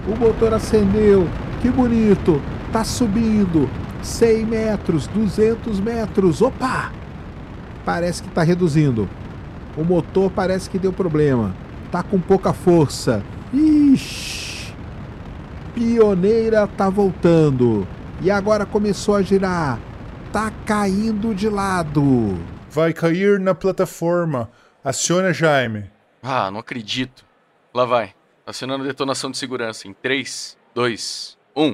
O motor acendeu. Que bonito. Tá subindo. 100 metros, 200 metros. Opa! Parece que tá reduzindo. O motor parece que deu problema. Tá com pouca força. Ixi! Pioneira tá voltando. E agora começou a girar. Tá caindo de lado. Vai cair na plataforma. Aciona, Jaime. Ah, não acredito. Lá vai. Acionando detonação de segurança em 3, 2, 1.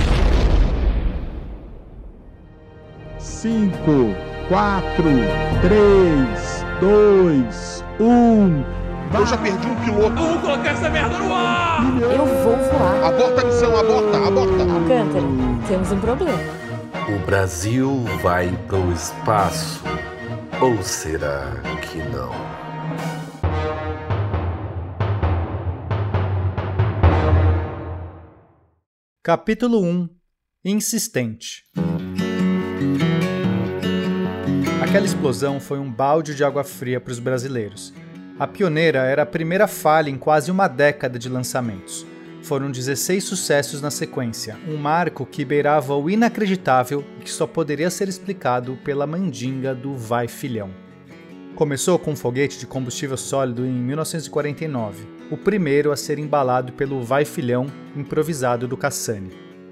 5, 4, 3, 2, 1. Eu já perdi um piloto. Vamos colocar essa merda no ar! Eu vou voar. Aborta a missão, aborta. Alcântara, temos um problema. O Brasil vai pro espaço. Ou será que não? Capítulo 1. Insistente. Aquela explosão foi um balde de água fria para os brasileiros. A Pioneira era a primeira falha em quase uma década de lançamentos. Foram 16 sucessos na sequência, um marco que beirava o inacreditável e que só poderia ser explicado pela mandinga do Vai Filhão. Começou com um foguete de combustível sólido em 1949, o primeiro a ser embalado pelo Vai Filhão improvisado do Cassani.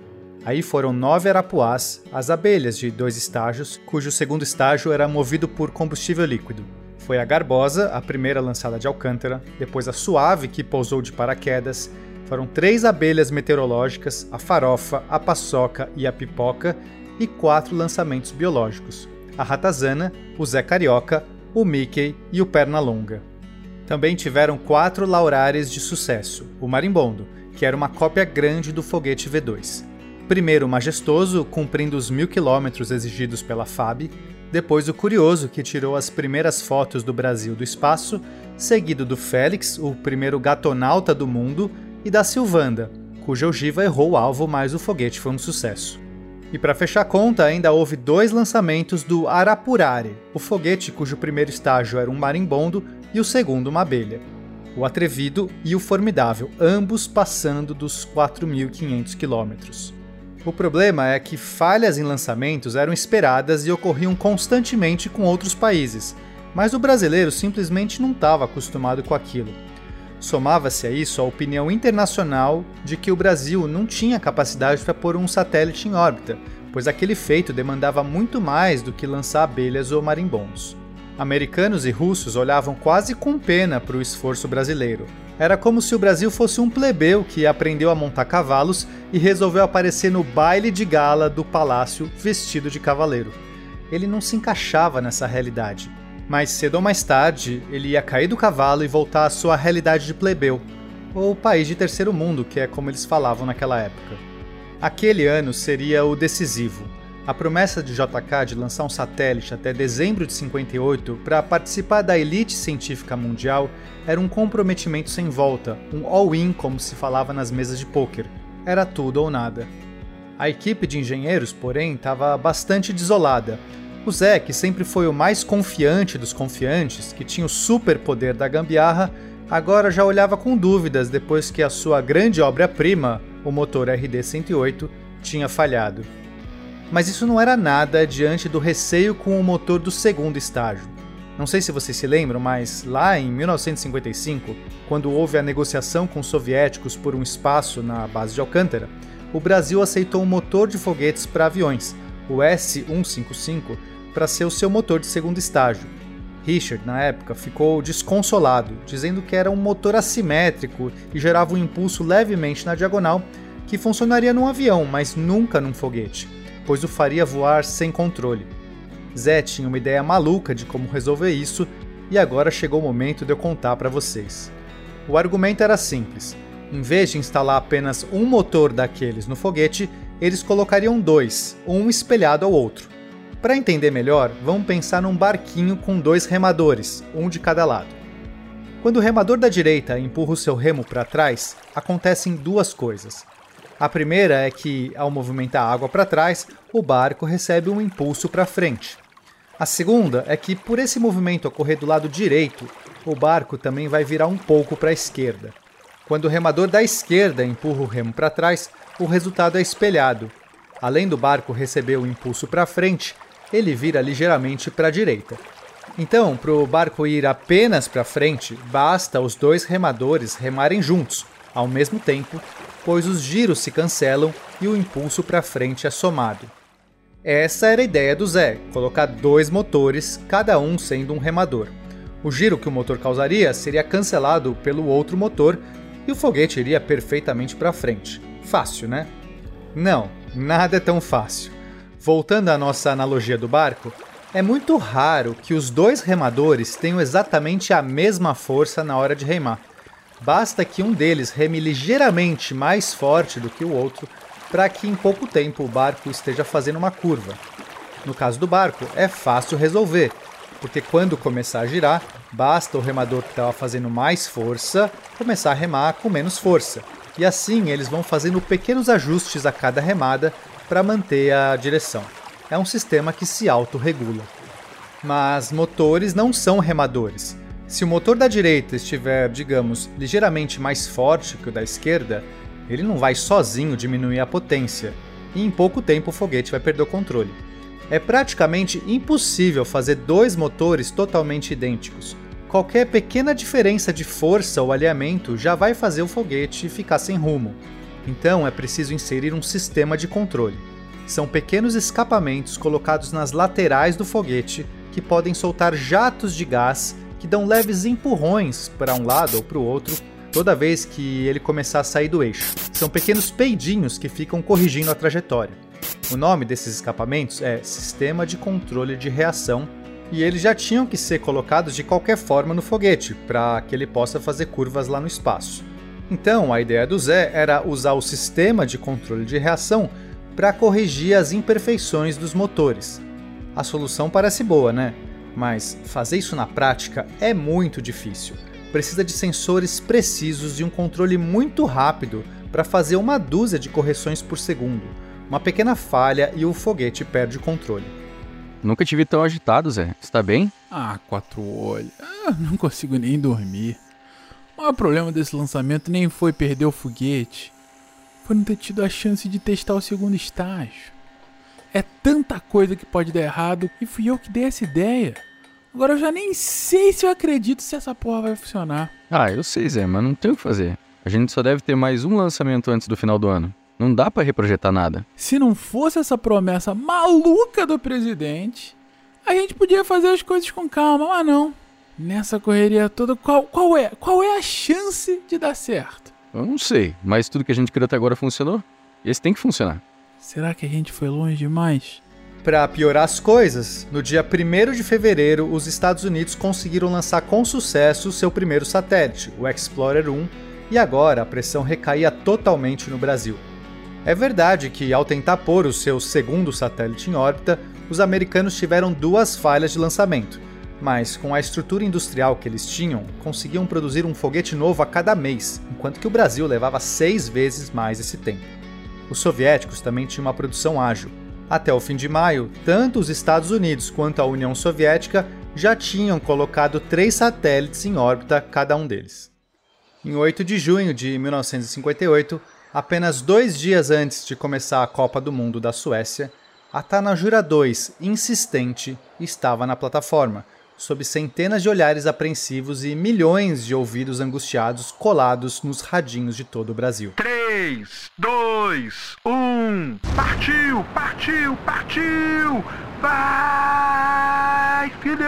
Aí foram 9 arapuás, as abelhas de 2 estágios, cujo segundo estágio era movido por combustível líquido. Foi a Garbosa, a primeira lançada de Alcântara, depois a Suave, que pousou de paraquedas. Foram 3 abelhas meteorológicas, a Farofa, a Paçoca e a Pipoca, e 4 lançamentos biológicos, a Ratazana, o Zé Carioca, o Mickey e o Pernalonga. Também tiveram 4 laurares de sucesso, o Marimbondo, que era uma cópia grande do foguete V2. Primeiro o Majestoso, cumprindo os 1000 km exigidos pela FAB, depois o Curioso, que tirou as primeiras fotos do Brasil do espaço, seguido do Félix, o primeiro gatonauta do mundo, e da Silvanda, cuja ogiva errou o alvo, mas o foguete foi um sucesso. E para fechar a conta, ainda houve 2 lançamentos do Arapurari, o foguete cujo primeiro estágio era um marimbondo e o segundo uma abelha. O Atrevido e o Formidável, ambos passando dos 4.500 km. O problema é que falhas em lançamentos eram esperadas e ocorriam constantemente com outros países, mas o brasileiro simplesmente não estava acostumado com aquilo. Somava-se a isso a opinião internacional de que o Brasil não tinha capacidade para pôr um satélite em órbita, pois aquele feito demandava muito mais do que lançar abelhas ou marimbondos. Americanos e russos olhavam quase com pena para o esforço brasileiro. Era como se o Brasil fosse um plebeu que aprendeu a montar cavalos e resolveu aparecer no baile de gala do palácio vestido de cavaleiro. Ele não se encaixava nessa realidade. Mais cedo ou mais tarde, ele ia cair do cavalo e voltar à sua realidade de plebeu, ou país de terceiro mundo, que é como eles falavam naquela época. Aquele ano seria o decisivo. A promessa de JK de lançar um satélite até dezembro de 58 para participar da elite científica mundial era um comprometimento sem volta, um all-in como se falava nas mesas de pôquer. Era tudo ou nada. A equipe de engenheiros, porém, estava bastante desolada. O Zé, que sempre foi o mais confiante dos confiantes, que tinha o superpoder da gambiarra, agora já olhava com dúvidas depois que a sua grande obra-prima, o motor RD-108, tinha falhado. Mas isso não era nada diante do receio com o motor do segundo estágio. Não sei se vocês se lembram, mas lá em 1955, quando houve a negociação com os soviéticos por um espaço na base de Alcântara, o Brasil aceitou um motor de foguetes para aviões, o S-155, para ser o seu motor de segundo estágio. Richard, na época, ficou desconsolado, dizendo que era um motor assimétrico e gerava um impulso levemente na diagonal que funcionaria num avião, mas nunca num foguete, pois o faria voar sem controle. Zé tinha uma ideia maluca de como resolver isso e agora chegou o momento de eu contar para vocês. O argumento era simples. Em vez de instalar apenas um motor daqueles no foguete, eles colocariam 2, um espelhado ao outro. Para entender melhor, vamos pensar num barquinho com 2 remadores, um de cada lado. Quando o remador da direita empurra o seu remo para trás, acontecem 2 coisas. A primeira é que, ao movimentar a água para trás, o barco recebe um impulso para frente. A segunda é que, por esse movimento ocorrer do lado direito, o barco também vai virar um pouco para a esquerda. Quando o remador da esquerda empurra o remo para trás, o resultado é espelhado. Além do barco receber o impulso para frente, ele vira ligeiramente para a direita. Então, para o barco ir apenas para frente, basta os dois remadores remarem juntos, ao mesmo tempo, pois os giros se cancelam e o impulso para frente é somado. Essa era a ideia do Zé, colocar dois motores, cada um sendo um remador. O giro que o motor causaria seria cancelado pelo outro motor e o foguete iria perfeitamente para frente. Fácil, né? Não, nada é tão fácil. Voltando à nossa analogia do barco, é muito raro que os dois remadores tenham exatamente a mesma força na hora de remar. Basta que um deles reme ligeiramente mais forte do que o outro para que em pouco tempo o barco esteja fazendo uma curva. No caso do barco, é fácil resolver, porque quando começar a girar, basta o remador que estava fazendo mais força começar a remar com menos força. E assim eles vão fazendo pequenos ajustes a cada remada para manter a direção. É um sistema que se autorregula. Mas motores não são remadores. Se o motor da direita estiver, digamos, ligeiramente mais forte que o da esquerda, ele não vai sozinho diminuir a potência, e em pouco tempo o foguete vai perder o controle. É praticamente impossível fazer dois motores totalmente idênticos. Qualquer pequena diferença de força ou alinhamento já vai fazer o foguete ficar sem rumo. Então é preciso inserir um sistema de controle. São pequenos escapamentos colocados nas laterais do foguete que podem soltar jatos de gás que dão leves empurrões para um lado ou para o outro toda vez que ele começar a sair do eixo. São pequenos peidinhos que ficam corrigindo a trajetória. O nome desses escapamentos é Sistema de Controle de Reação e eles já tinham que ser colocados de qualquer forma no foguete para que ele possa fazer curvas lá no espaço. Então a ideia do Zé era usar o sistema de controle de reação para corrigir as imperfeições dos motores. A solução parece boa, né? Mas fazer isso na prática é muito difícil. Precisa de sensores precisos e um controle muito rápido para fazer uma dúzia de correções por segundo. Uma pequena falha e o foguete perde o controle. Nunca te vi tão agitado, Zé. Está bem? Quatro olhos. Não consigo nem dormir. O maior problema desse lançamento nem foi perder o foguete. Foi não ter tido a chance de testar o segundo estágio. É tanta coisa que pode dar errado e fui eu que dei essa ideia. Agora eu já nem sei se eu acredito se essa porra vai funcionar. Eu sei, Zé, mas não tem o que fazer. A gente só deve ter mais um lançamento antes do final do ano. Não dá pra reprojetar nada. Se não fosse essa promessa maluca do presidente, a gente podia fazer as coisas com calma, mas não. Nessa correria toda, qual é a chance de dar certo? Eu não sei, mas tudo que a gente criou até agora funcionou. E esse tem que funcionar. Será que a gente foi longe demais? Para piorar as coisas, no dia 1º de fevereiro, os Estados Unidos conseguiram lançar com sucesso seu primeiro satélite, o Explorer 1, e agora a pressão recaía totalmente no Brasil. É verdade que, ao tentar pôr o seu segundo satélite em órbita, os americanos tiveram 2 falhas de lançamento, mas com a estrutura industrial que eles tinham, conseguiam produzir um foguete novo a cada mês, enquanto que o Brasil levava 6 vezes mais esse tempo. Os soviéticos também tinham uma produção ágil. Até o fim de maio, tanto os Estados Unidos quanto a União Soviética já tinham colocado 3 satélites em órbita cada um deles. Em 8 de junho de 1958, apenas 2 dias antes de começar a Copa do Mundo da Suécia, a Tanajura 2, insistente, estava na plataforma, sob centenas de olhares apreensivos e milhões de ouvidos angustiados colados nos radinhos de todo o Brasil. 3, 2, 1, partiu, partiu, partiu! Vai, filhão!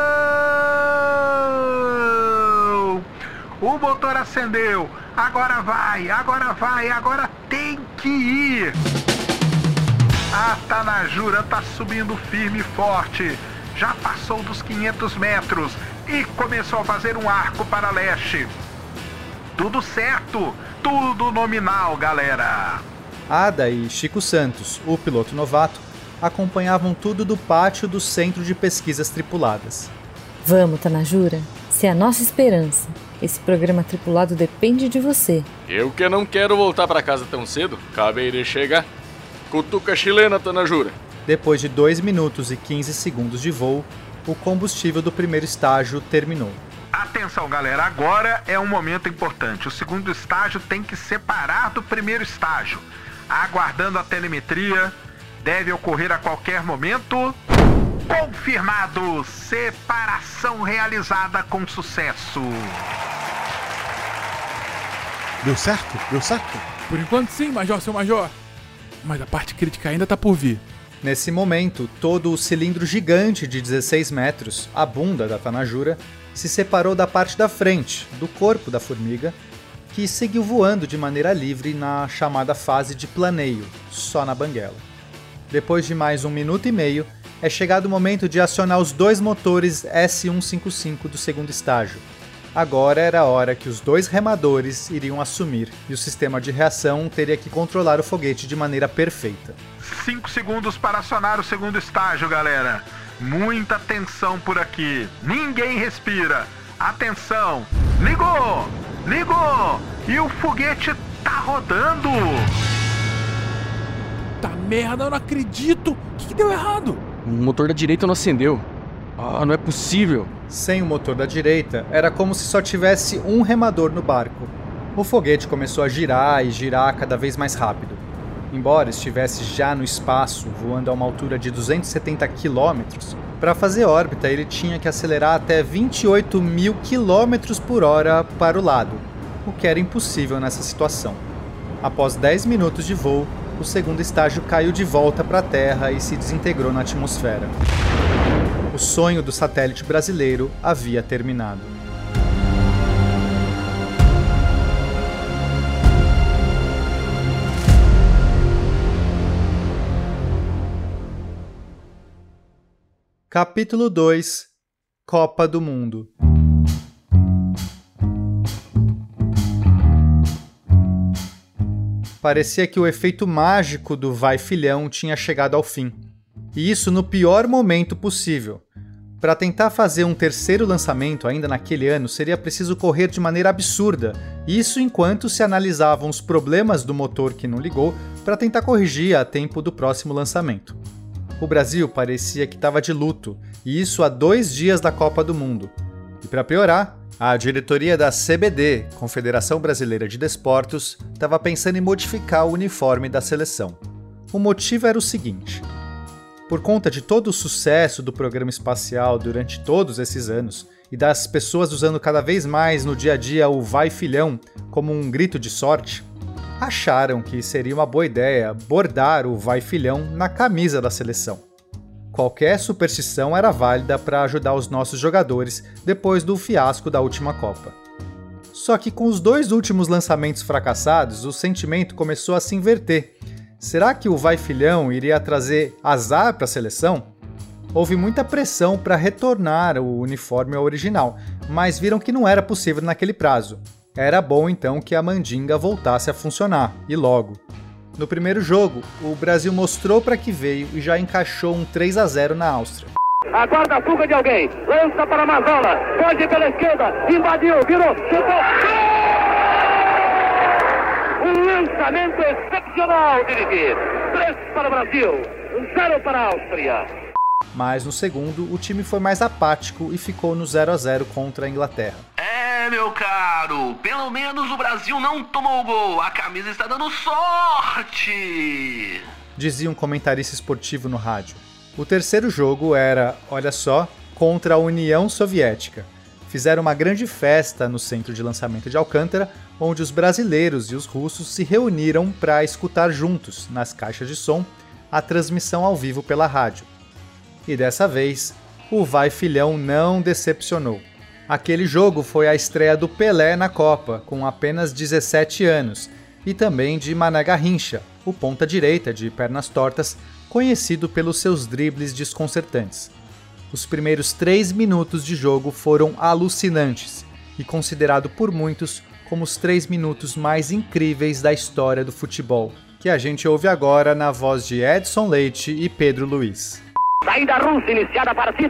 O motor acendeu, agora vai, agora tem que ir! A Tanajura tá subindo firme e forte. Já passou dos 500 metros e começou a fazer um arco para leste. Tudo certo, tudo nominal, galera. Ada e Chico Santos, o piloto novato, acompanhavam tudo do pátio do Centro de Pesquisas Tripuladas. Vamos, Tanajura. Você é a nossa esperança. Esse programa tripulado depende de você. Eu que não quero voltar para casa tão cedo. Acabei de chegar. Cutuca chilena, Tanajura. Depois de 2 minutos e 15 segundos de voo, o combustível do primeiro estágio terminou. Atenção, galera, agora é um momento importante. O segundo estágio tem que separar do primeiro estágio. Aguardando a telemetria, deve ocorrer a qualquer momento. Confirmado! Separação realizada com sucesso. Deu certo? Deu certo? Por enquanto sim, Major, seu Major. Mas a parte crítica ainda tá por vir. Nesse momento, todo o cilindro gigante de 16 metros, a bunda da Tanajura, se separou da parte da frente, do corpo da formiga, que seguiu voando de maneira livre na chamada fase de planeio, só na banguela. Depois de mais 1 minuto e meio, é chegado o momento de acionar os 2 motores S155 do segundo estágio. Agora era a hora que os 2 remadores iriam assumir, e o sistema de reação teria que controlar o foguete de maneira perfeita. 5 segundos para acionar o segundo estágio, galera. Muita tensão por aqui. Ninguém respira. Atenção. Ligou! Ligou! E o foguete tá rodando. Tá merda, eu não acredito. O que deu errado? O motor da direita não acendeu. Ah, não é possível. Sem o motor da direita, era como se só tivesse um remador no barco. O foguete começou a girar e girar cada vez mais rápido. Embora estivesse já no espaço, voando a uma altura de 270 km, para fazer órbita ele tinha que acelerar até 28.000 km por hora para o lado, o que era impossível nessa situação. Após 10 minutos de voo, o segundo estágio caiu de volta para a Terra e se desintegrou na atmosfera. O sonho do satélite brasileiro havia terminado. Capítulo 2 – Copa do Mundo. Parecia que o efeito mágico do Vai Filhão tinha chegado ao fim. E isso no pior momento possível. Para tentar fazer um terceiro lançamento ainda naquele ano, seria preciso correr de maneira absurda, isso enquanto se analisavam os problemas do motor que não ligou para tentar corrigir a tempo do próximo lançamento. O Brasil parecia que estava de luto, e isso há 2 dias da Copa do Mundo. E para piorar, a diretoria da CBD, Confederação Brasileira de Desportos, estava pensando em modificar o uniforme da seleção. O motivo era o seguinte: por conta de todo o sucesso do programa espacial durante todos esses anos, e das pessoas usando cada vez mais no dia a dia o Vai Filhão como um grito de sorte, acharam que seria uma boa ideia bordar o Vai Filhão na camisa da seleção. Qualquer superstição era válida para ajudar os nossos jogadores depois do fiasco da última Copa. Só que com os 2 últimos lançamentos fracassados, o sentimento começou a se inverter. Será que o Vai Filhão iria trazer azar para a seleção? Houve muita pressão para retornar o uniforme ao original, mas viram que não era possível naquele prazo. Era bom então que a mandinga voltasse a funcionar, e logo. No primeiro jogo, o Brasil mostrou para que veio e já encaixou um 3-0 na Áustria. Aguarda a fuga de alguém, lança para Mazola, pode pela esquerda, invadiu, virou, chutou! Um lançamento excepcional de Didi. 3 para o Brasil, 0 para a Áustria. Mas no segundo, o time foi mais apático e ficou no 0-0 contra a Inglaterra. Meu caro, pelo menos o Brasil não tomou o gol, a camisa está dando sorte! Dizia um comentarista esportivo no rádio. O terceiro jogo era, olha só, contra a União Soviética. Fizeram uma grande festa no centro de lançamento de Alcântara, onde os brasileiros e os russos se reuniram para escutar juntos, nas caixas de som, a transmissão ao vivo pela rádio. E dessa vez, o Vai Filhão não decepcionou. Aquele jogo foi a estreia do Pelé na Copa, com apenas 17 anos, e também de Mané Garrincha, o ponta-direita de pernas tortas, conhecido pelos seus dribles desconcertantes. Os primeiros 3 minutos de jogo foram alucinantes, e considerado por muitos como os 3 minutos mais incríveis da história do futebol, que a gente ouve agora na voz de Edson Leite e Pedro Luiz. Saída russa, iniciada a partida.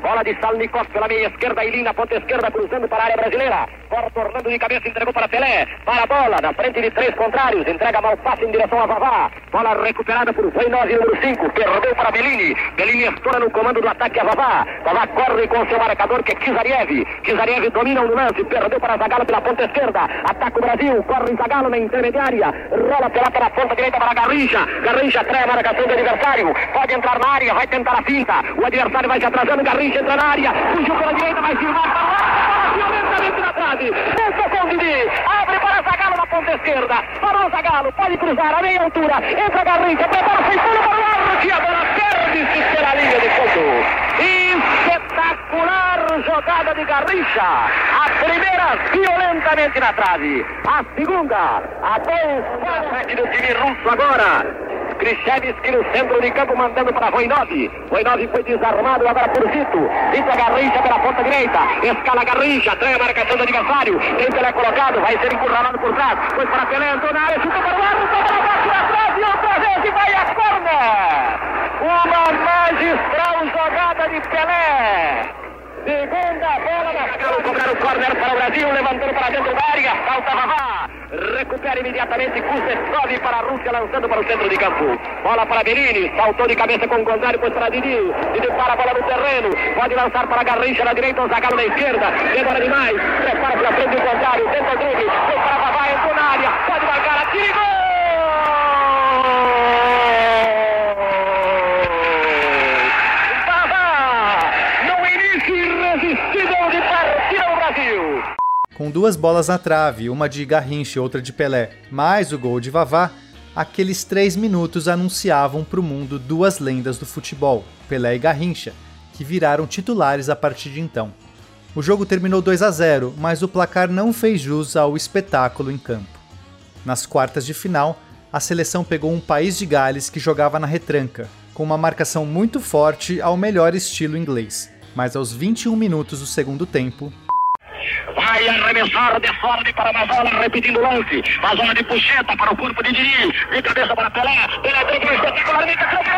Bola de Salnikov pela meia esquerda, Ilin na ponta esquerda, cruzando para a área brasileira. Bola tornando de cabeça, entregou para Pelé. Para a bola, na frente de 3 contrários. Entrega mal passe em direção a Vavá. Bola recuperada por Voinov, número 5. Perdeu para Bellini. Bellini estoura no comando do ataque a Vavá. Vavá corre com seu marcador, que é Kizariev. Kizariev domina o lance. Perdeu para Zagallo pela ponta esquerda. Ataca o Brasil. Corre Zagallo na intermediária. Rola pelota na ponta direita para Garrincha. Garrincha trai a marcação do adversário. Pode entrar na área, vai tentar a finta. O adversário vai se atrasando. Garrincha entra na área. Fugiu pela direita, vai firmar. Violentamente na trave. Pensa com o Didi. Abre para Zagallo na ponta esquerda. Parou Zagallo. Pode cruzar a meia altura. Entra Garrincha. Prepara-se e pula para o arco. E a bola perde-se pela linha de fundo. Espetacular jogada de Garrincha. A primeira violentamente na trave. A segunda, a 2 do time russo agora. Krzyzewski no centro de campo, mandando para Voinov. Voinov foi desarmado agora por Zito. Zito a Garrincha pela ponta direita. Escala Garrincha, trai a marcação do adversário. Tem Pelé colocado, vai ser encurralado por trás. Foi para Pelé, entrou na área, chutou para o arco, para baixo na trave, outra vez e vai a corner. Uma magistral jogada de Pelé. Segunda bola na escala, cobrar o corner para o Brasil, levantando para dentro da área, falta Vavá. Recupera imediatamente Kuznetsov para a Rússia, lançando para o centro de campo. Bola para Bellini, saltou de cabeça com o contrário, pois para Didi. Didi para a bola no terreno, pode lançar para Garrincha na direita, o Zagallo na esquerda. Demora demais, prepara para frente do contrário, tenta o drible, foi para Vavá, entrou na área, pode marcar, atira e gol! Com 2 bolas na trave, uma de Garrincha e outra de Pelé, mais o gol de Vavá, aqueles 3 minutos anunciavam para o mundo 2 lendas do futebol, Pelé e Garrincha, que viraram titulares a partir de então. O jogo terminou 2-0, mas o placar não fez jus ao espetáculo em campo. Nas quartas de final, a seleção pegou um País de Gales que jogava na retranca, com uma marcação muito forte ao melhor estilo inglês. Mas aos 21 minutos do segundo tempo, vai arremessar de sorte para Mazola, repetindo o lance. Mazola de puxeta para o corpo de Didi. De cabeça para Pelé. Pelé dentro espetacularmente.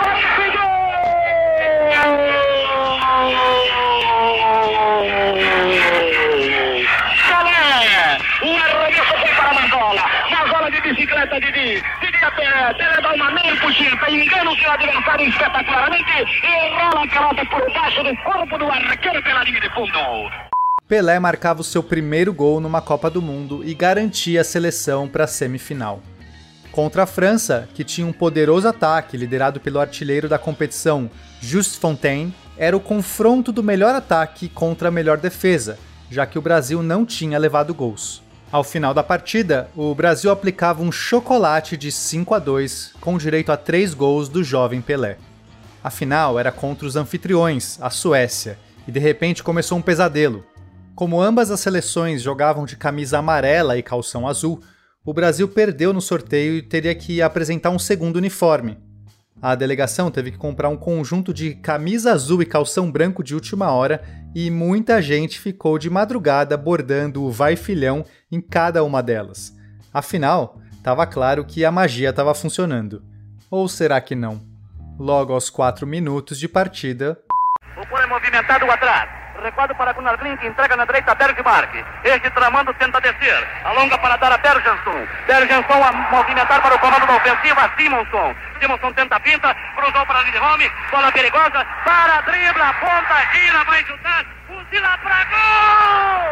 Pelé! O arremesso foi para Mazola. Mazola de bicicleta, Didi. Didi a Pelé. Pelé dá uma meia puxeta. Engana o seu adversário espetacularmente. E rola a pelota por baixo do corpo do arqueiro pela linha de fundo. Pelé marcava o seu primeiro gol numa Copa do Mundo e garantia a seleção para a semifinal. Contra a França, que tinha um poderoso ataque liderado pelo artilheiro da competição, Just Fontaine, era o confronto do melhor ataque contra a melhor defesa, já que o Brasil não tinha levado gols. Ao final da partida, o Brasil aplicava um chocolate de 5-2, com direito a 3 gols do jovem Pelé. A final era contra os anfitriões, a Suécia, e de repente começou um pesadelo. Como ambas as seleções jogavam de camisa amarela e calção azul, o Brasil perdeu no sorteio e teria que apresentar um segundo uniforme. A delegação teve que comprar um conjunto de camisa azul e calção branco de última hora e muita gente ficou de madrugada bordando o vai filhão em cada uma delas. Afinal, estava claro que a magia estava funcionando. Ou será que não? Logo aos 4 minutos de partida... O gol é movimentado atrás. Recuado para Gunnar Blink, entrega na direita a Bergmark. Este tramando tenta descer. Alonga para dar a Bergenson. Bergenson a movimentar para o comando da ofensiva. Simonson. Simonson tenta a pinta. Cruzou para Lidholm. Bola perigosa. Para, dribla, ponta, gira, vai chutar. Fuzila para gol!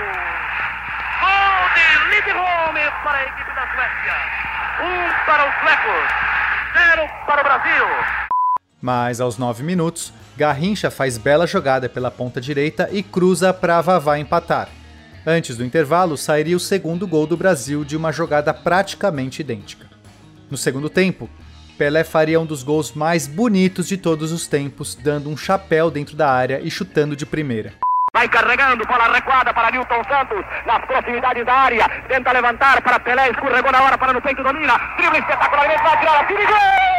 Gol de Lidholm para a equipe da Suécia. 1 para os suecos. 0 para o Brasil. Mas aos 9 minutos, Garrincha faz bela jogada pela ponta direita e cruza para Vavá empatar. Antes do intervalo, sairia o segundo gol do Brasil de uma jogada praticamente idêntica. No segundo tempo, Pelé faria um dos gols mais bonitos de todos os tempos, dando um chapéu dentro da área e chutando de primeira. Vai carregando, bola recuada para Nilton Santos, nas proximidades da área, tenta levantar para Pelé, escorregou na hora, para no peito, domina, drible espetacularmente, vai tirar a tira e gol!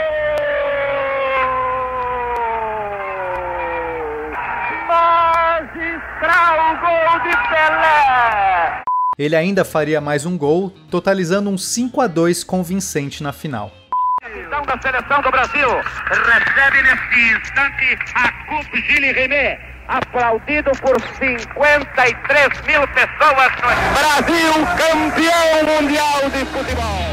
Magistral gol de Pelé! Ele ainda faria mais um gol, totalizando um 5-2 convincente na final. Então da seleção do Brasil. Recebe neste instante a Coupe Gilles Rimet, aplaudido por 53 mil pessoas. Brasil, campeão mundial de futebol.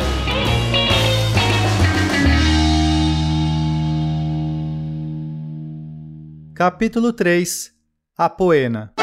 Capítulo 3. Apoena.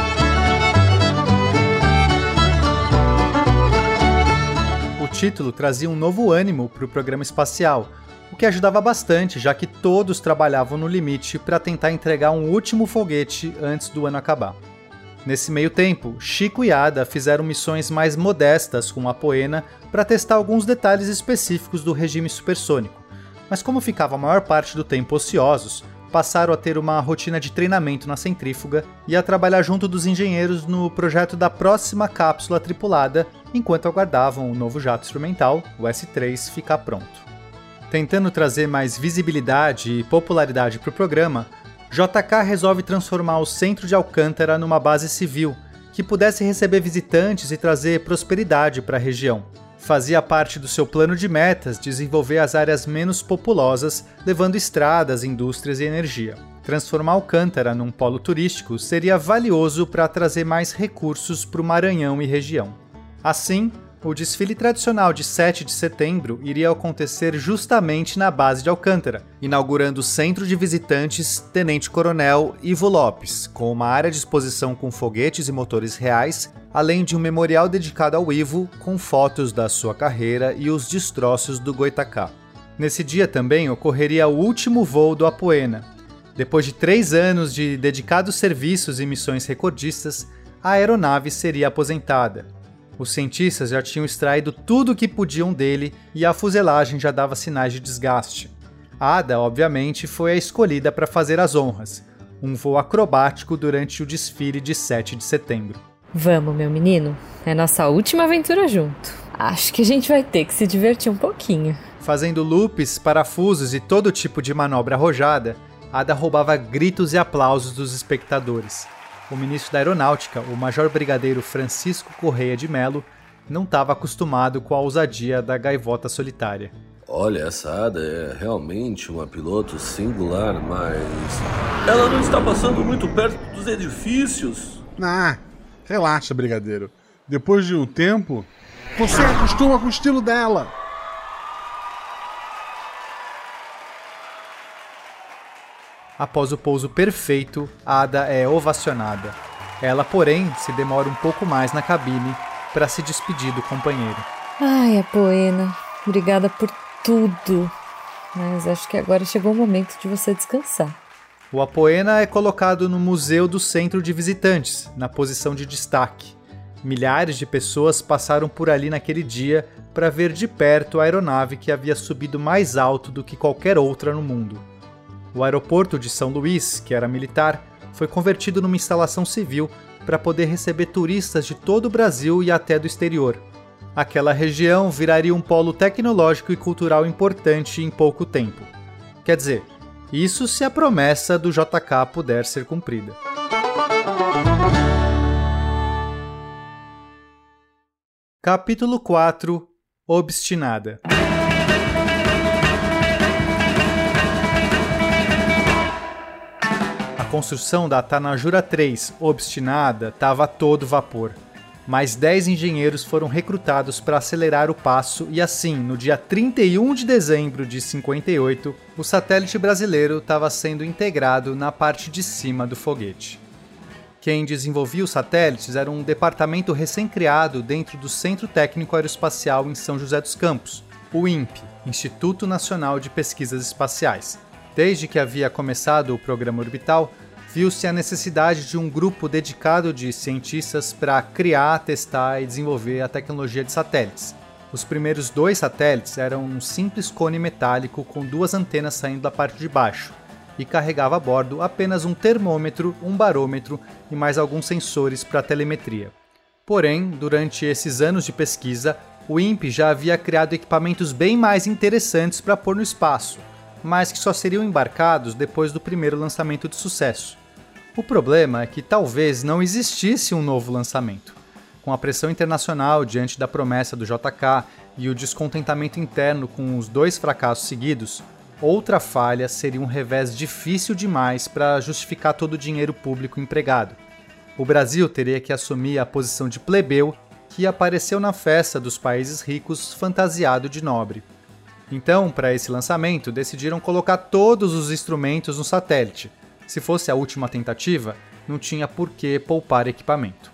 O título trazia um novo ânimo para o programa espacial, o que ajudava bastante, já que todos trabalhavam no limite para tentar entregar um último foguete antes do ano acabar. Nesse meio tempo, Chico e Ada fizeram missões mais modestas com a Apoena para testar alguns detalhes específicos do regime supersônico, mas como ficava a maior parte do tempo ociosos, passaram a ter uma rotina de treinamento na centrífuga e a trabalhar junto dos engenheiros no projeto da próxima cápsula tripulada, enquanto aguardavam o novo jato experimental, o S-3, ficar pronto. Tentando trazer mais visibilidade e popularidade para o programa, JK resolve transformar o centro de Alcântara numa base civil, que pudesse receber visitantes e trazer prosperidade para a região. Fazia parte do seu plano de metas desenvolver as áreas menos populosas, levando estradas, indústrias e energia. Transformar Alcântara num polo turístico seria valioso para trazer mais recursos para o Maranhão e região. Assim, o desfile tradicional de 7 de setembro iria acontecer justamente na base de Alcântara, inaugurando o Centro de Visitantes Tenente Coronel Ivo Lopes, com uma área de exposição com foguetes e motores reais, além de um memorial dedicado ao Ivo, com fotos da sua carreira e os destroços do Goitacá. Nesse dia também ocorreria o último voo do Apoena. Depois de 3 anos de dedicados serviços e missões recordistas, a aeronave seria aposentada. Os cientistas já tinham extraído tudo o que podiam dele e a fuselagem já dava sinais de desgaste. Ada, obviamente, foi a escolhida para fazer as honras, um voo acrobático durante o desfile de 7 de setembro. Vamos, meu menino. É nossa última aventura junto. Acho que a gente vai ter que se divertir um pouquinho. Fazendo loops, parafusos e todo tipo de manobra arrojada, Ada roubava gritos e aplausos dos espectadores. O ministro da Aeronáutica, o Major Brigadeiro Francisco Correia de Melo, não estava acostumado com a ousadia da gaivota solitária. Olha, essa Ada é realmente uma piloto singular, mas ela não está passando muito perto dos edifícios. Ah, relaxa, brigadeiro. Depois de um tempo, você acostuma com o estilo dela. Após o pouso perfeito, Ada é ovacionada. Ela, porém, se demora um pouco mais na cabine para se despedir do companheiro. Ai, Apoena, obrigada por tudo. Mas acho que agora chegou o momento de você descansar. O Apoena é colocado no Museu do Centro de Visitantes, na posição de destaque. Milhares de pessoas passaram por ali naquele dia para ver de perto a aeronave que havia subido mais alto do que qualquer outra no mundo. O aeroporto de São Luís, que era militar, foi convertido numa instalação civil para poder receber turistas de todo o Brasil e até do exterior. Aquela região viraria um polo tecnológico e cultural importante em pouco tempo. Quer dizer, isso se a promessa do JK puder ser cumprida. Capítulo 4. Obstinada. A construção da Tanajura 3, Obstinada, estava a todo vapor. Mais 10 engenheiros foram recrutados para acelerar o passo e assim, no dia 31 de dezembro de 58, o satélite brasileiro estava sendo integrado na parte de cima do foguete. Quem desenvolvia os satélites era um departamento recém-criado dentro do Centro Técnico Aeroespacial em São José dos Campos, o INPE, Instituto Nacional de Pesquisas Espaciais. Desde que havia começado o programa orbital, viu-se a necessidade de um grupo dedicado de cientistas para criar, testar e desenvolver a tecnologia de satélites. Os primeiros 2 satélites eram um simples cone metálico com 2 antenas saindo da parte de baixo e carregava a bordo apenas um termômetro, um barômetro e mais alguns sensores para telemetria. Porém, durante esses anos de pesquisa, o INPE já havia criado equipamentos bem mais interessantes para pôr no espaço, mas que só seriam embarcados depois do primeiro lançamento de sucesso. O problema é que talvez não existisse um novo lançamento. Com a pressão internacional diante da promessa do JK e o descontentamento interno com os 2 fracassos seguidos, outra falha seria um revés difícil demais para justificar todo o dinheiro público empregado. O Brasil teria que assumir a posição de plebeu que apareceu na festa dos países ricos fantasiado de nobre. Então, para esse lançamento, decidiram colocar todos os instrumentos no satélite. Se fosse a última tentativa, não tinha por que poupar equipamento.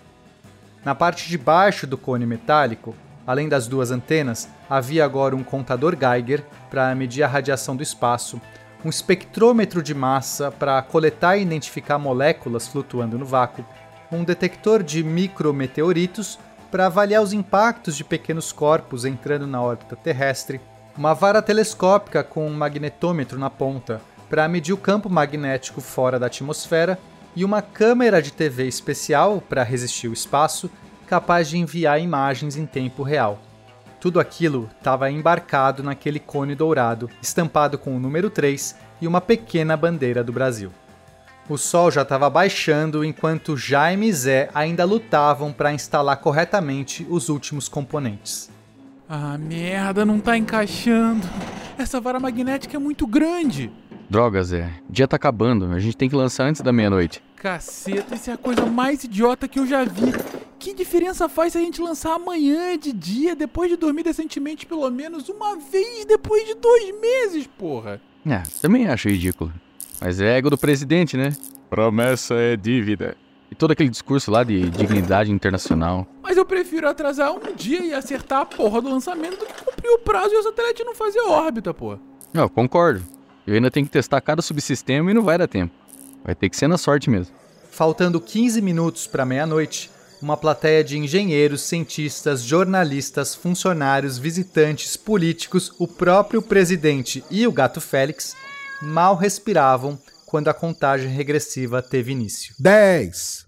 Na parte de baixo do cone metálico, além das 2 antenas, havia agora um contador Geiger para medir a radiação do espaço, um espectrômetro de massa para coletar e identificar moléculas flutuando no vácuo, um detector de micrometeoritos para avaliar os impactos de pequenos corpos entrando na órbita terrestre, uma vara telescópica com um magnetômetro na ponta para medir o campo magnético fora da atmosfera e uma câmera de TV especial para resistir ao espaço, capaz de enviar imagens em tempo real. Tudo aquilo estava embarcado naquele cone dourado, estampado com o número 3 e uma pequena bandeira do Brasil. O sol já estava baixando enquanto Jaime e Zé ainda lutavam para instalar corretamente os últimos componentes. Ah, merda, não tá encaixando. Essa vara magnética é muito grande. Droga, Zé. O dia tá acabando. A gente tem que lançar antes da meia-noite. Caceta, isso é a coisa mais idiota que eu já vi. Que diferença faz se a gente lançar amanhã de dia, depois de dormir decentemente pelo menos uma vez depois de 2 meses, porra? Também acho ridículo. Mas é ego do presidente, né? Promessa é dívida. E todo aquele discurso lá de dignidade internacional. Mas eu prefiro atrasar um dia e acertar a porra do lançamento do que cumprir o prazo e o satélite não fazer órbita, porra. Eu concordo. Eu ainda tenho que testar cada subsistema e não vai dar tempo. Vai ter que ser na sorte mesmo. Faltando 15 minutos para meia-noite, uma plateia de engenheiros, cientistas, jornalistas, funcionários, visitantes, políticos, o próprio presidente e o gato Félix mal respiravam quando a contagem regressiva teve início. 10,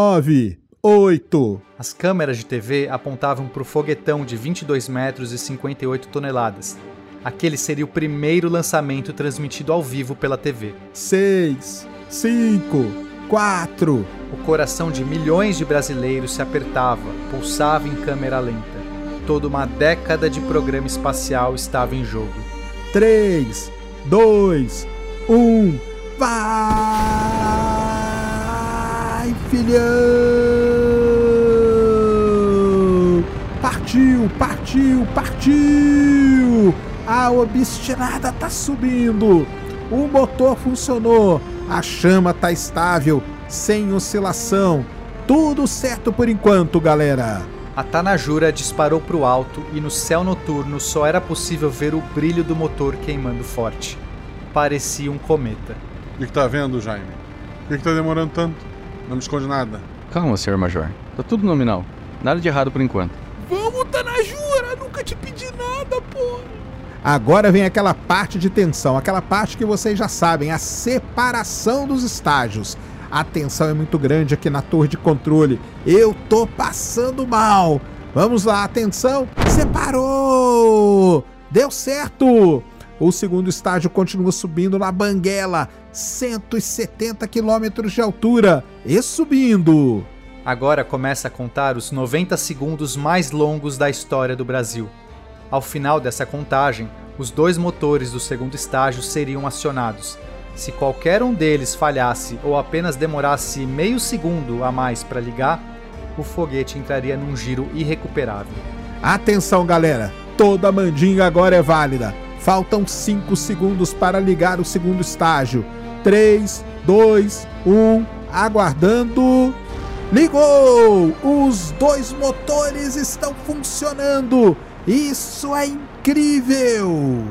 9, 8... As câmeras de TV apontavam para o foguetão de 22 metros e 58 toneladas. Aquele seria o primeiro lançamento transmitido ao vivo pela TV. 6, 5, 4... O coração de milhões de brasileiros se apertava, pulsava em câmera lenta. Toda uma década de programa espacial estava em jogo. 3, 2, 1... Vai, filhão! Partiu, partiu, partiu! A obstinada tá subindo! O motor funcionou! A chama tá estável, sem oscilação. Tudo certo por enquanto, galera! A Tanajura disparou pro alto e no céu noturno só era possível ver o brilho do motor queimando forte. Parecia um cometa. O que tá vendo, Jaime? Por que tá demorando tanto? Não me esconde nada. Calma, senhor Major. Tá tudo nominal. Nada de errado por enquanto. Vamos, Tanajura! Nunca te pedi nada, porra! Agora vem aquela parte de tensão, aquela parte que vocês já sabem, a separação dos estágios. A tensão é muito grande aqui na torre de controle. Eu tô passando mal. Vamos lá, atenção. Separou! Deu certo! O segundo estágio continua subindo na banguela, 170 km de altura, e subindo. Agora começa a contar os 90 segundos mais longos da história do Brasil. Ao final dessa contagem, os 2 motores do segundo estágio seriam acionados. Se qualquer um deles falhasse ou apenas demorasse meio segundo a mais para ligar, o foguete entraria num giro irrecuperável. Atenção, galera! Toda mandinga agora é válida. Faltam 5 segundos para ligar o segundo estágio. 3, 2, 1, aguardando. Ligou! Os 2 motores estão funcionando! Isso é incrível!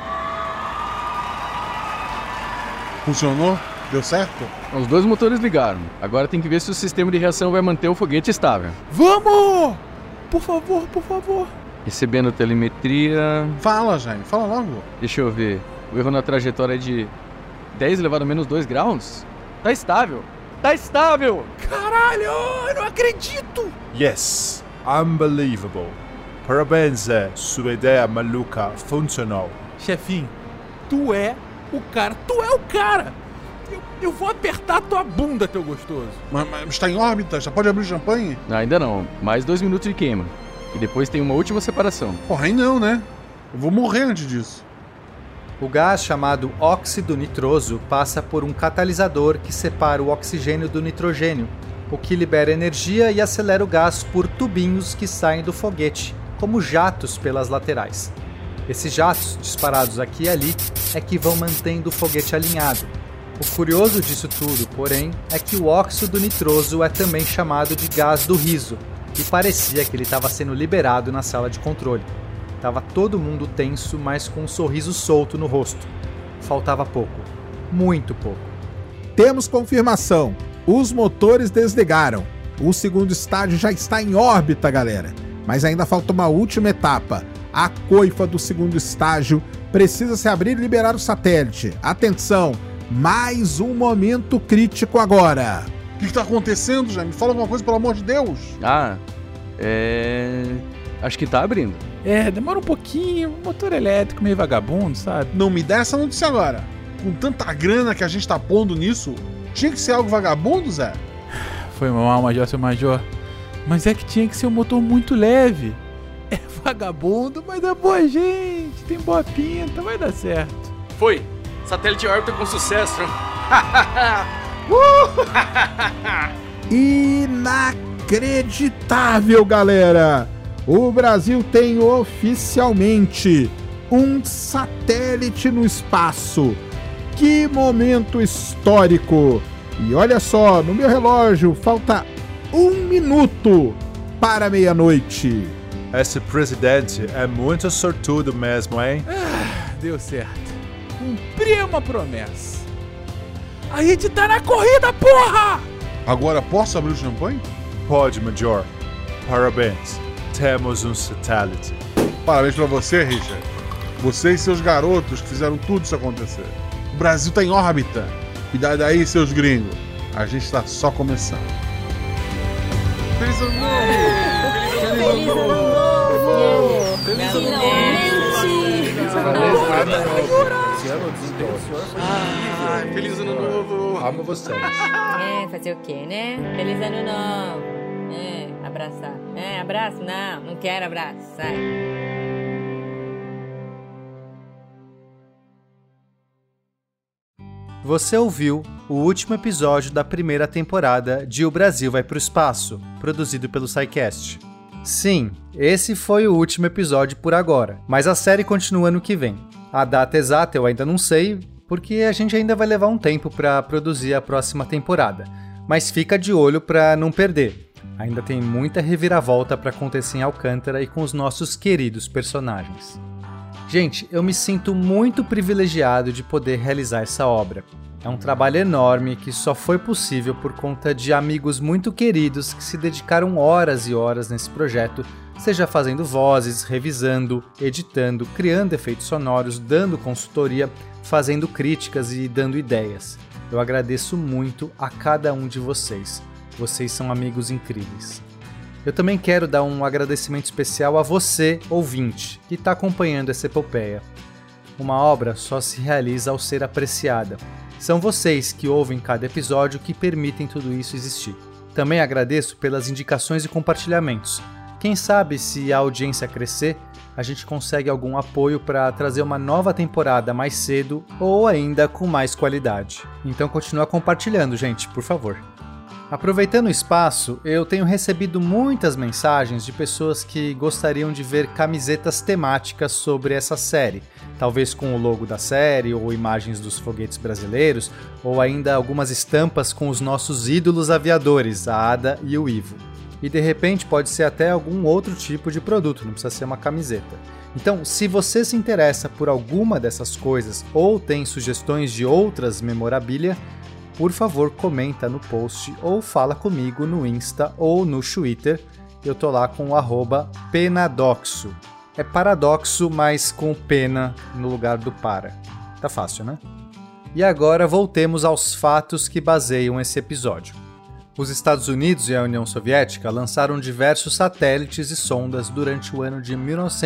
Funcionou? Deu certo? Os 2 motores ligaram. Agora tem que ver se o sistema de reação vai manter o foguete estável. Vamos! Por favor, por favor. Recebendo telemetria... Fala, Jaime. Fala logo. Deixa eu ver. O erro na trajetória é de 10 elevado a menos 2 graus? Tá estável. Tá estável! Caralho, eu não acredito! Yes, unbelievable. Parabéns, Zé. Sua ideia maluca funcionou. Chefinho, tu é o cara. Tu é o cara! Eu vou apertar tua bunda, teu gostoso. Mas está em órbita? Já pode abrir champanhe? Ainda não. Mais 2 minutos de queima. E depois tem uma última separação. Porra, aí não, né? Eu vou morrer antes disso. O gás chamado óxido nitroso passa por um catalisador que separa o oxigênio do nitrogênio, o que libera energia e acelera o gás por tubinhos que saem do foguete, como jatos pelas laterais. Esses jatos, disparados aqui e ali, é que vão mantendo o foguete alinhado. O curioso disso tudo, porém, é que o óxido nitroso é também chamado de gás do riso, e parecia que ele estava sendo liberado na sala de controle. Tava todo mundo tenso, mas com um sorriso solto no rosto. Faltava pouco. Muito pouco. Temos confirmação. Os motores desligaram. O segundo estágio já está em órbita, galera. Mas ainda falta uma última etapa. A coifa do segundo estágio precisa se abrir e liberar o satélite. Atenção, mais um momento crítico agora. O que está acontecendo, já? Me fala alguma coisa, pelo amor de Deus. Acho que tá abrindo. Demora um pouquinho, motor elétrico meio vagabundo, sabe? Não me dá essa notícia agora. Com tanta grana que a gente tá pondo nisso, tinha que ser algo vagabundo, Zé? Foi mal, seu Major. Mas é que tinha que ser um motor muito leve. É vagabundo, mas é boa gente, tem boa pinta, vai dar certo. Foi. Satélite órbita com sucesso. Inacreditável, galera! O Brasil tem oficialmente um satélite no espaço. Que momento histórico! E olha só, no meu relógio falta 1 minuto para meia-noite. Esse presidente é muito sortudo mesmo, hein? Deu certo. Cumpri uma promessa. A gente tá na corrida, porra! Agora posso abrir o champanhe? Pode, Major. Parabéns. Temos um satélite. Parabéns pra você, Richard. Você e seus garotos que fizeram tudo isso acontecer. O Brasil tá em órbita. E daí, seus gringos, a gente tá só começando. Feliz ano novo! Feliz ano novo! Feliz ano novo! Feliz ano novo! Amo vocês. Fazer o quê, né? Feliz ano novo! Abraçar. Abraço? Não quero abraço. Sai. Você ouviu o último episódio da primeira temporada de O Brasil Vai Pro Espaço, produzido pelo SciCast. Sim, esse foi o último episódio por agora, mas a série continua ano que vem. A data exata eu ainda não sei, porque a gente ainda vai levar um tempo para produzir a próxima temporada, mas fica de olho para não perder. Ainda tem muita reviravolta para acontecer em Alcântara e com os nossos queridos personagens. Gente, eu me sinto muito privilegiado de poder realizar essa obra. É um trabalho enorme que só foi possível por conta de amigos muito queridos que se dedicaram horas e horas nesse projeto, seja fazendo vozes, revisando, editando, criando efeitos sonoros, dando consultoria, fazendo críticas e dando ideias. Eu agradeço muito a cada um de vocês. Vocês são amigos incríveis. Eu também quero dar um agradecimento especial a você, ouvinte, que está acompanhando essa epopeia. Uma obra só se realiza ao ser apreciada. São vocês que ouvem cada episódio que permitem tudo isso existir. Também agradeço pelas indicações e compartilhamentos. Quem sabe, se a audiência crescer, a gente consegue algum apoio para trazer uma nova temporada mais cedo ou ainda com mais qualidade. Então continua compartilhando, gente, por favor. Aproveitando o espaço, eu tenho recebido muitas mensagens de pessoas que gostariam de ver camisetas temáticas sobre essa série, talvez com o logo da série, ou imagens dos foguetes brasileiros, ou ainda algumas estampas com os nossos ídolos aviadores, a Ada e o Ivo. E de repente pode ser até algum outro tipo de produto, não precisa ser uma camiseta. Então, se você se interessa por alguma dessas coisas, ou tem sugestões de outras memorabilia, por favor, comenta no post ou fala comigo no Insta ou no Twitter. Eu tô lá com o @penadoxo. É paradoxo, mas com pena no lugar do para. Tá fácil, né? E agora voltemos aos fatos que baseiam esse episódio. Os Estados Unidos e a União Soviética lançaram diversos satélites e sondas durante o ano de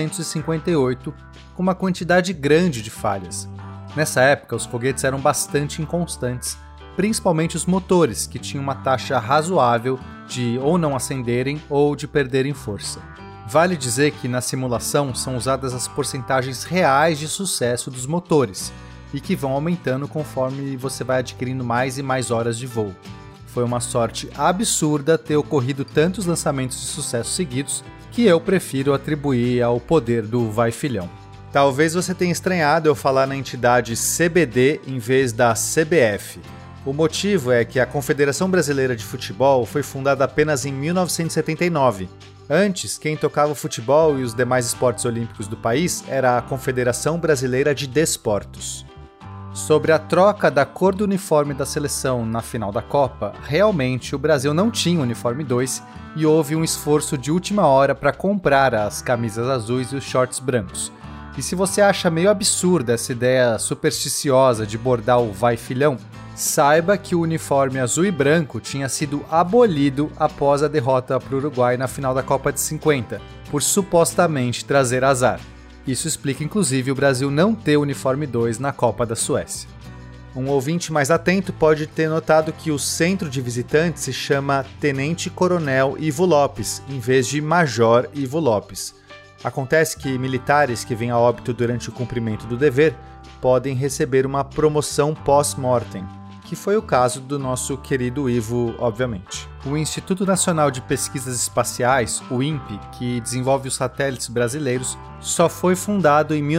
1958, com uma quantidade grande de falhas. Nessa época, os foguetes eram bastante inconstantes, principalmente os motores, que tinham uma taxa razoável de ou não acenderem ou de perderem força. Vale dizer que na simulação são usadas as porcentagens reais de sucesso dos motores e que vão aumentando conforme você vai adquirindo mais e mais horas de voo. Foi uma sorte absurda ter ocorrido tantos lançamentos de sucesso seguidos que eu prefiro atribuir ao poder do Vai Filhão. Talvez você tenha estranhado eu falar na entidade CBD em vez da CBF. O motivo é que a Confederação Brasileira de Futebol foi fundada apenas em 1979. Antes, quem tocava o futebol e os demais esportes olímpicos do país era a Confederação Brasileira de Desportos. Sobre a troca da cor do uniforme da seleção na final da Copa, realmente o Brasil não tinha o uniforme 2 e houve um esforço de última hora para comprar as camisas azuis e os shorts brancos. E se você acha meio absurda essa ideia supersticiosa de bordar o Vai Filhão, saiba que o uniforme azul e branco tinha sido abolido após a derrota para o Uruguai na final da Copa de 50, por supostamente trazer azar. Isso explica inclusive o Brasil não ter o uniforme 2 na Copa da Suécia. Um ouvinte mais atento pode ter notado que o centro de visitantes se chama Tenente Coronel Ivo Lopes, em vez de Major Ivo Lopes. Acontece que militares que vêm a óbito durante o cumprimento do dever podem receber uma promoção pós-mortem, que foi o caso do nosso querido Ivo, obviamente. O Instituto Nacional de Pesquisas Espaciais, o INPE, que desenvolve os satélites brasileiros, só foi fundado em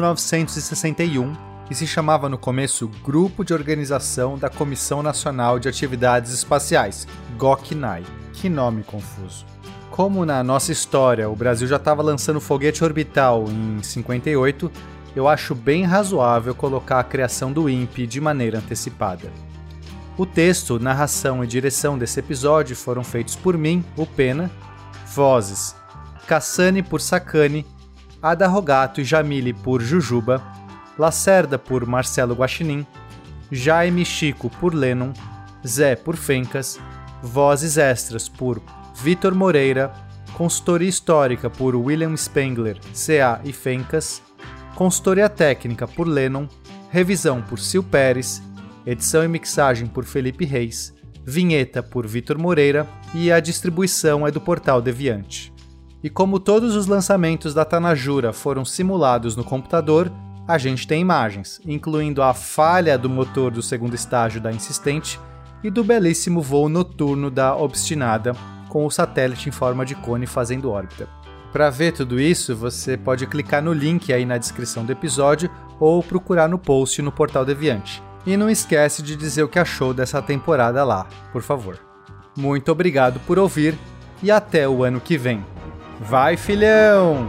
1961 e se chamava no começo Grupo de Organização da Comissão Nacional de Atividades Espaciais, GOCNAI. Que nome confuso. Como na nossa história o Brasil já estava lançando foguete orbital em 58, eu acho bem razoável colocar a criação do INPE de maneira antecipada. O texto, narração e direção desse episódio foram feitos por mim, o Pena, vozes Cassani por Sacani, Ada Rogato e Jamile por Jujuba, Lacerda por Marcelo Guaxinim, Jaime Chico por Lennon, Zé por Fencas, vozes extras por Vitor Moreira, consultoria histórica por William Spengler, CA e Fencas, consultoria técnica por Lennon, revisão por Sil Pérez, edição e mixagem por Felipe Reis, vinheta por Vitor Moreira e a distribuição é do Portal Deviante. E como todos os lançamentos da Tanajura foram simulados no computador, a gente tem imagens, incluindo a falha do motor do segundo estágio da Insistente e do belíssimo voo noturno da Obstinada, com o satélite em forma de cone fazendo órbita. Para ver tudo isso, você pode clicar no link aí na descrição do episódio ou procurar no post no Portal Deviante. E não esquece de dizer o que achou dessa temporada lá, por favor. Muito obrigado por ouvir e até o ano que vem. Vai, filhão!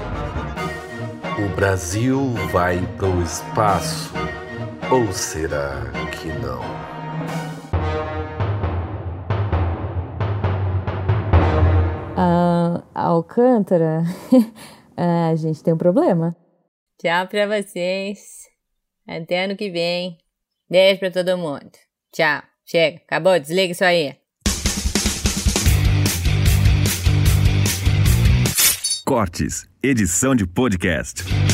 O Brasil vai pro espaço, ou será que não? Alcântara, a gente tem um problema. Tchau pra vocês. Até ano que vem. Beijo pra todo mundo. Tchau. Chega. Acabou. Desliga isso aí. Cortes. Edição de podcast.